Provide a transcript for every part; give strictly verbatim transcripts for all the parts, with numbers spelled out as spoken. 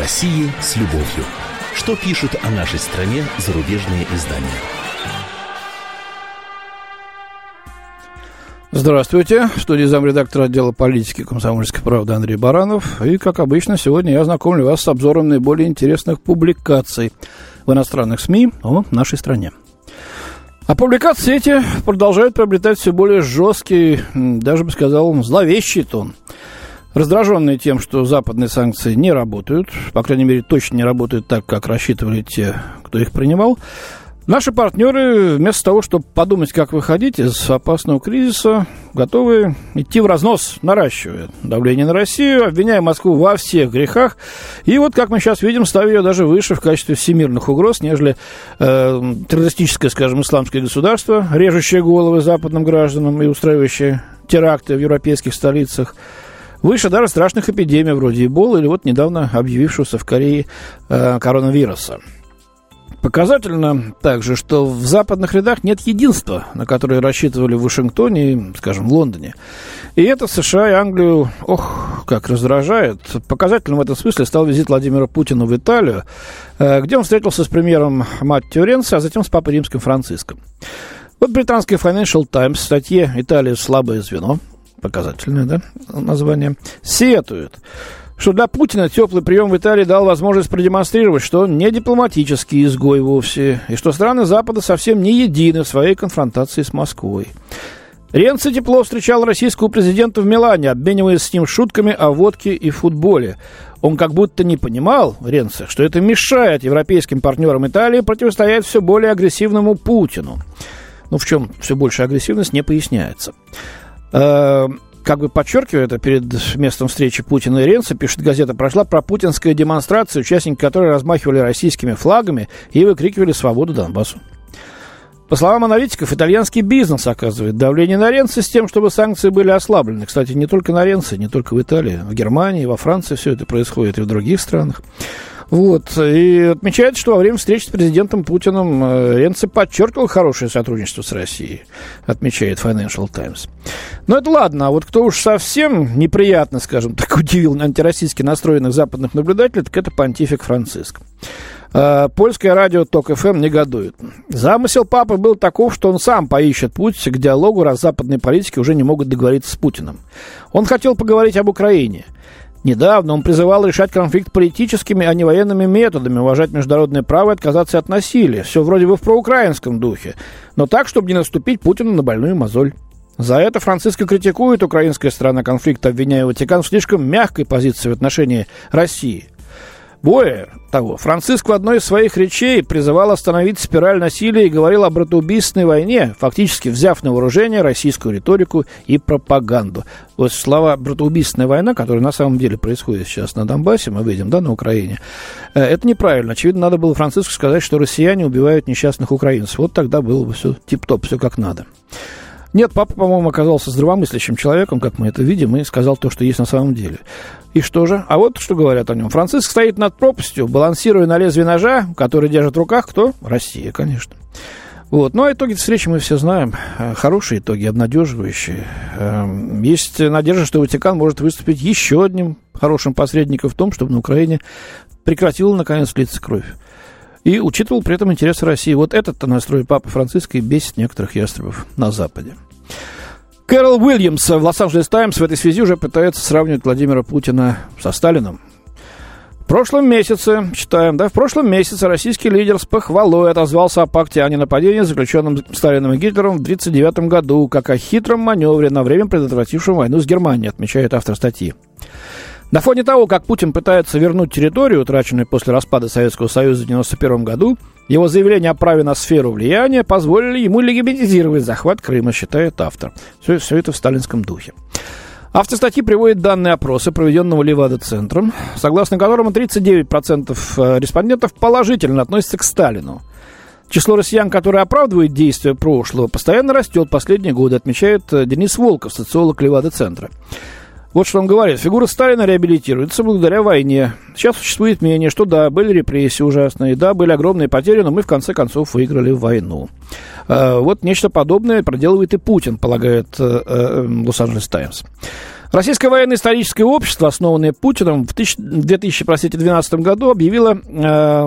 России с любовью. Что пишут о нашей стране зарубежные издания? Здравствуйте. В студии замредактора отдела политики «Комсомольской правды» Андрей Баранов. И, как обычно, сегодня я знакомлю вас с обзором наиболее интересных публикаций в иностранных СМИ о нашей стране. А публикации эти продолжают приобретать все более жесткий, даже бы сказал, зловещий тон. Раздраженные тем, что западные санкции не работают, по крайней мере, точно не работают так, как рассчитывали те, кто их принимал, наши партнеры, вместо того, чтобы подумать, как выходить из опасного кризиса, готовы идти в разнос, наращивая давление на Россию, обвиняя Москву во всех грехах. И вот, как мы сейчас видим, ставя ее даже выше в качестве всемирных угроз, нежели э, террористическое, скажем, исламское государство, режущее головы западным гражданам и устраивающее теракты в европейских столицах. Выше даже страшных эпидемий вроде Эболы или вот недавно объявившегося в Корее э, коронавируса. Показательно также, что в западных рядах нет единства, на которое рассчитывали в Вашингтоне и, скажем, в Лондоне. И это США и Англию, ох, как раздражает. Показательным в этом смысле стал визит Владимира Путина в Италию, э, где он встретился с премьером Маттео Ренци, а затем с папой римским Франциском. Вот британский Financial Times в статье «Италия. Слабое звено», показательное, да, название, сетует, что для Путина теплый прием в Италии дал возможность продемонстрировать, что он не дипломатический изгой вовсе, и что страны Запада совсем не едины в своей конфронтации с Москвой. Ренци тепло встречал российского президента в Милане, обмениваясь с ним шутками о водке и футболе. Он как будто не понимал, Ренци, что это мешает европейским партнерам Италии противостоять все более агрессивному Путину. Ну, в чем все больше агрессивность, не поясняется. Как бы подчеркивая это, перед местом встречи Путина и Ренци, пишет газета, прошла пропутинская демонстрация, участники которой размахивали российскими флагами и выкрикивали «Свободу Донбассу». По словам аналитиков, итальянский бизнес оказывает давление на Ренци с тем, чтобы санкции были ослаблены. Кстати, не только на Ренци, не только в Италии, в Германии, во Франции все это происходит и в других странах. Вот. И отмечается, что во время встречи с президентом Путиным Ренци подчеркивал хорошее сотрудничество с Россией, отмечает Financial Times. Но это ладно, а вот кто уж совсем неприятно, скажем так, удивил антироссийски настроенных западных наблюдателей, так это понтифик Франциск. Польское радио ТОК-эф эм негодует. Замысел папы был таков, что он сам поищет путь к диалогу, раз западные политики уже не могут договориться с Путиным. Он хотел поговорить об Украине. Недавно он призывал решать конфликт политическими, а не военными методами, уважать международное право и отказаться от насилия. Все вроде бы в проукраинском духе, но так, чтобы не наступить Путину на больную мозоль. За это Франциско критикует украинская сторона конфликта, обвиняя Ватикан в слишком мягкой позиции в отношении России. Более того, Франциск в одной из своих речей призывал остановить спираль насилия и говорил о братоубийственной войне, фактически взяв на вооружение российскую риторику и пропаганду. Вот слова «братоубийственная война», которая на самом деле происходит сейчас на Донбассе, мы видим, да, на Украине, это неправильно. Очевидно, надо было Франциску сказать, что россияне убивают несчастных украинцев. Вот тогда было бы все тип-топ, все как надо. Нет, папа, по-моему, оказался здравомыслящим человеком, как мы это видим, и сказал то, что есть на самом деле. И что же? А вот что говорят о нем. Франциск стоит над пропастью, балансируя на лезвии ножа, который держит в руках кто? Россия, конечно. Вот. Ну, а итоги встречи мы все знаем. Хорошие итоги, обнадеживающие. Есть надежда, что Ватикан может выступить еще одним хорошим посредником в том, чтобы на Украине прекратила, наконец, литься кровь. И учитывал при этом интересы России. Вот этот-то настрой папы Франциска и бесит некоторых ястребов на Западе. Кэрол Уильямс в Лос-Анджелес Таймс в этой связи уже пытается сравнивать Владимира Путина со Сталином. В прошлом месяце, читаем, да, в прошлом месяце российский лидер с похвалой отозвался о пакте о ненападении, заключенном Сталином и Гитлером в тысяча девятьсот тридцать девятом году, как о хитром маневре, на время предотвратившем войну с Германией, отмечает автор статьи. На фоне того, как Путин пытается вернуть территорию, утраченную после распада Советского Союза в девяносто первом году, его заявление о праве на сферу влияния позволили ему легитимизировать захват Крыма, считает автор. Все, все это в сталинском духе. Автор статьи приводит данные опроса, проведенного Левада-центром, согласно которому тридцать девять процентов респондентов положительно относятся к Сталину. Число россиян, которые оправдывают действия прошлого, постоянно растет последние годы, отмечает Денис Волков, социолог Левада-центра. Вот что он говорит. Фигура Сталина реабилитируется благодаря войне. Сейчас существует мнение, что да, были репрессии ужасные, да, были огромные потери, но мы в конце концов выиграли войну. Вот нечто подобное проделывает и Путин, полагает Лос-Анджелес Таймс. Российское военно-историческое общество, основанное Путиным, в две тысячи двенадцатом году объявило, э,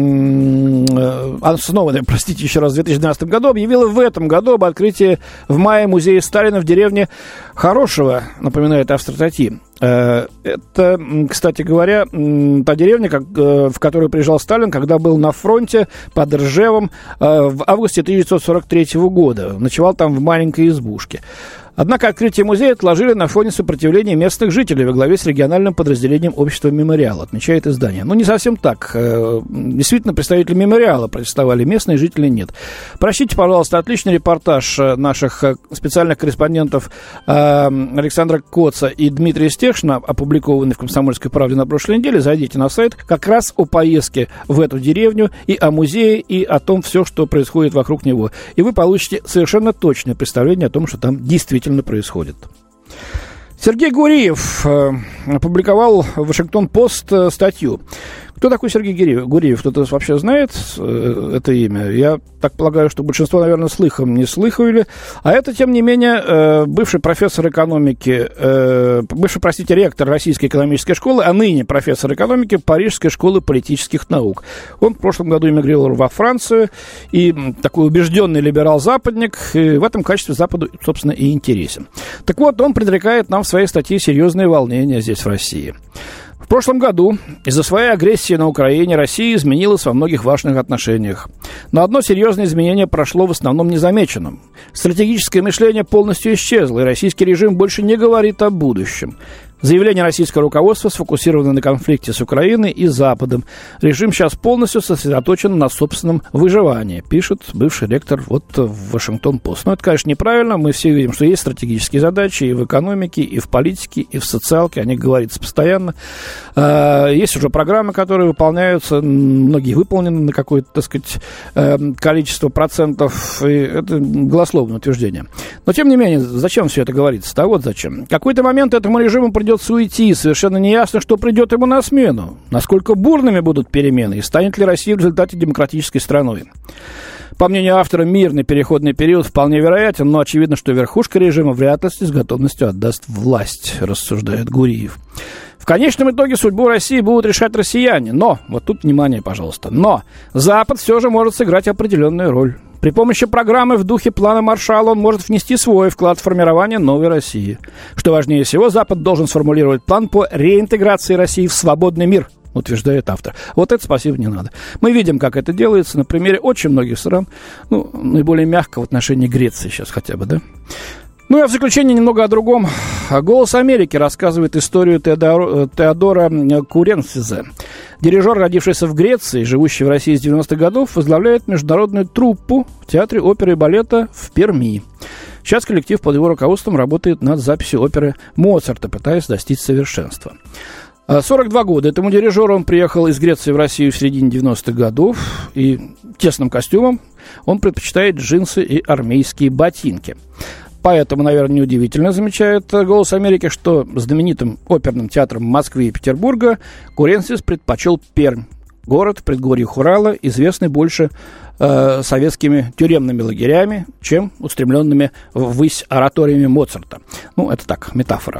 э, основанное, простите, еще раз, в две тысячи двенадцатом году объявило в этом году об открытии в мае музея Сталина в деревне Хорошево, напоминает автор статьи. Э, это, кстати говоря, та деревня, как, э, в которую приезжал Сталин, когда был на фронте под Ржевом э, в августе тысяча девятьсот сорок третьего года. Ночевал там в маленькой избушке. Однако открытие музея отложили на фоне сопротивления местных жителей во главе с региональным подразделением общества «Мемориал», отмечает издание. Ну, не совсем так. Действительно, представители «Мемориала» протестовали, местные жители нет. Прощите, пожалуйста, отличный репортаж наших специальных корреспондентов Александра Коца и Дмитрия Стешина, опубликованный в «Комсомольской правде» на прошлой неделе. Зайдите на сайт как раз о поездке в эту деревню и о музее, и о том все, что происходит вокруг него. И вы получите совершенно точное представление о том, что там действительно происходит. Сергей Гуриев э, опубликовал в «Вашингтон-Пост» э, статью. Кто такой Сергей Гуриев? Кто-то вообще знает э, это имя? Я так полагаю, что большинство, наверное, слыхом не слыхали. А это, тем не менее, э, бывший профессор экономики, э, бывший, простите, ректор Российской экономической школы, а ныне профессор экономики Парижской школы политических наук. Он в прошлом году эмигрировал во Францию, и такой убежденный либерал-западник, и в этом качестве Западу, собственно, и интересен. Так вот, он предрекает нам в своей статье серьезные волнения здесь, в России. В прошлом году из-за своей агрессии на Украине Россия изменилась во многих важных отношениях. Но одно серьезное изменение прошло в основном незамеченным. Стратегическое мышление полностью исчезло, и российский режим больше не говорит о будущем. Заявление российского руководства сфокусировано на конфликте с Украиной и Западом. Режим сейчас полностью сосредоточен на собственном выживании, пишет бывший ректор вот в «Вашингтон-Пост». Но это, конечно, неправильно. Мы все видим, что есть стратегические задачи и в экономике, и в политике, и в социалке. О них говорится постоянно. Есть уже программы, которые выполняются. Многие выполнены на какое-то, так сказать, количество процентов. И это голословное утверждение. Но, тем не менее, зачем все это говорится-то? А вот зачем. В какой-то момент этому режиму придется уйти, совершенно неясно, что придет ему на смену, насколько бурными будут перемены и станет ли Россия в результате демократической страной. По мнению автора, мирный переходный период вполне вероятен, но очевидно, что верхушка режима вряд ли с готовностью отдаст власть, рассуждает Гуриев. В конечном итоге судьбу России будут решать россияне, но, вот тут внимание, пожалуйста, но Запад все же может сыграть определенную роль. При помощи программы в духе плана Маршалла он может внести свой вклад в формирование новой России. Что важнее всего, Запад должен сформулировать план по реинтеграции России в свободный мир, утверждает автор. Вот это спасибо не надо. Мы видим, как это делается на примере очень многих стран, ну, наиболее мягко в отношении Греции сейчас хотя бы, да? Ну, а в заключение немного о другом. «Голос Америки» рассказывает историю Теодора, Теодора Куренсизе. Дирижер, родившийся в Греции, живущий в России с девяностых годов, возглавляет международную труппу в Театре оперы и балета в Перми. Сейчас коллектив под его руководством работает над записью оперы Моцарта, пытаясь достичь совершенства. сорок два года этому дирижеру. Он приехал из Греции в Россию в середине девяностых годов, и тесным костюмом он предпочитает джинсы и армейские ботинки. Поэтому, наверное, неудивительно, замечает «Голос Америки», что знаменитым оперным театром Москвы и Петербурга Куренсис предпочел Пермь, город в предгорье Урала, известный больше э, советскими тюремными лагерями, чем устремленными ввысь ораториями Моцарта. Ну, это так, метафора.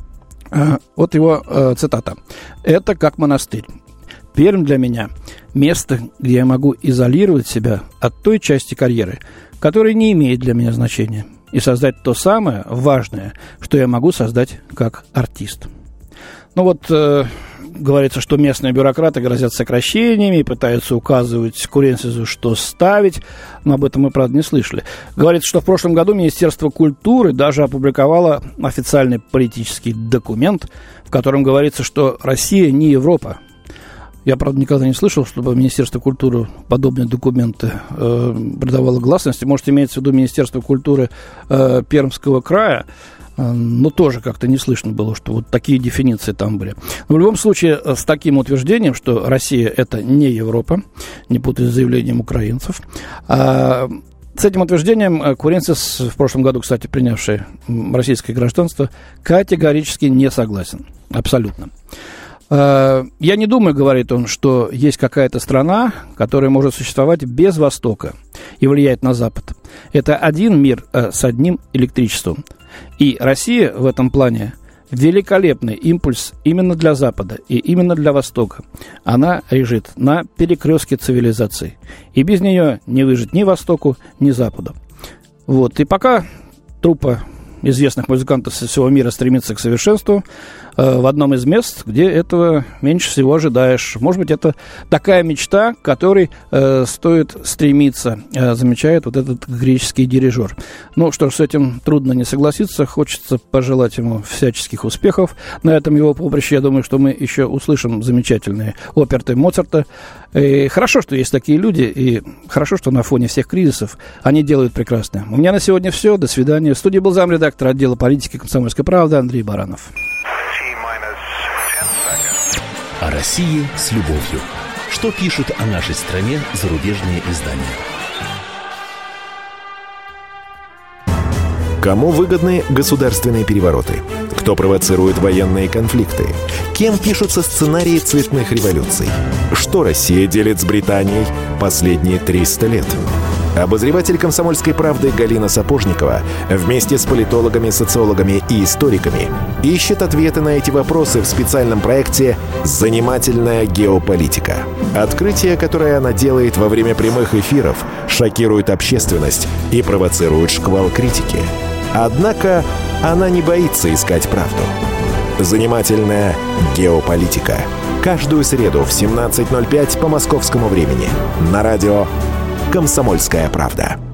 Э, вот его э, цитата. «Это как монастырь. Пермь для меня – место, где я могу изолировать себя от той части карьеры, которая не имеет для меня значения, и создать то самое важное, что я могу создать как артист». Ну вот, э, говорится, что местные бюрократы грозят сокращениями и пытаются указывать Куренсису, что ставить, но об этом мы, правда, не слышали. Говорится, что в прошлом году Министерство культуры даже опубликовало официальный политический документ, в котором говорится, что Россия не Европа. Я, правда, никогда не слышал, чтобы Министерство культуры подобные документы э, придавало гласности. Может, имеется в виду Министерство культуры э, Пермского края, э, но тоже как-то не слышно было, что вот такие дефиниции там были. Но в любом случае, с таким утверждением, что Россия – это не Европа, не путать с заявлением украинцев, э, с этим утверждением Куренсис, в прошлом году, кстати, принявший российское гражданство, категорически не согласен. Абсолютно. Я не думаю, говорит он, что есть какая-то страна, которая может существовать без Востока и влиять на Запад. Это один мир с одним электричеством. И Россия в этом плане великолепный импульс именно для Запада и именно для Востока. Она лежит на перекрестке цивилизаций. И без нее не выжить ни Востоку, ни Западу. Вот. И пока труппа известных музыкантов со всего мира стремится к совершенству, э, в одном из мест, где этого меньше всего ожидаешь. Может быть, это такая мечта, к которой э, стоит стремиться, э, замечает вот этот греческий дирижер. Ну что ж, с этим трудно не согласиться. Хочется пожелать ему всяческих успехов на этом его поприще. Я думаю, что мы еще услышим замечательные оперты Моцарта. И хорошо, что есть такие люди, и хорошо, что на фоне всех кризисов они делают прекрасное. У меня на сегодня все. До свидания. В студии был замредактор отдела политики «Комсомольской правды» Андрей Баранов. О России с любовью. Что пишут о нашей стране зарубежные издания? Кому выгодны государственные перевороты? Кто провоцирует военные конфликты? Кем пишутся сценарии цветных революций? Что Россия делит с Британией последние триста лет? Обозреватель «Комсомольской правды» Галина Сапожникова вместе с политологами, социологами и историками ищет ответы на эти вопросы в специальном проекте «Занимательная геополитика». Открытие, которое она делает во время прямых эфиров, шокирует общественность и провоцирует шквал критики. Однако она не боится искать правду. «Занимательная геополитика». Каждую среду в семнадцать ноль пять по московскому времени на радио «Комсомольская правда».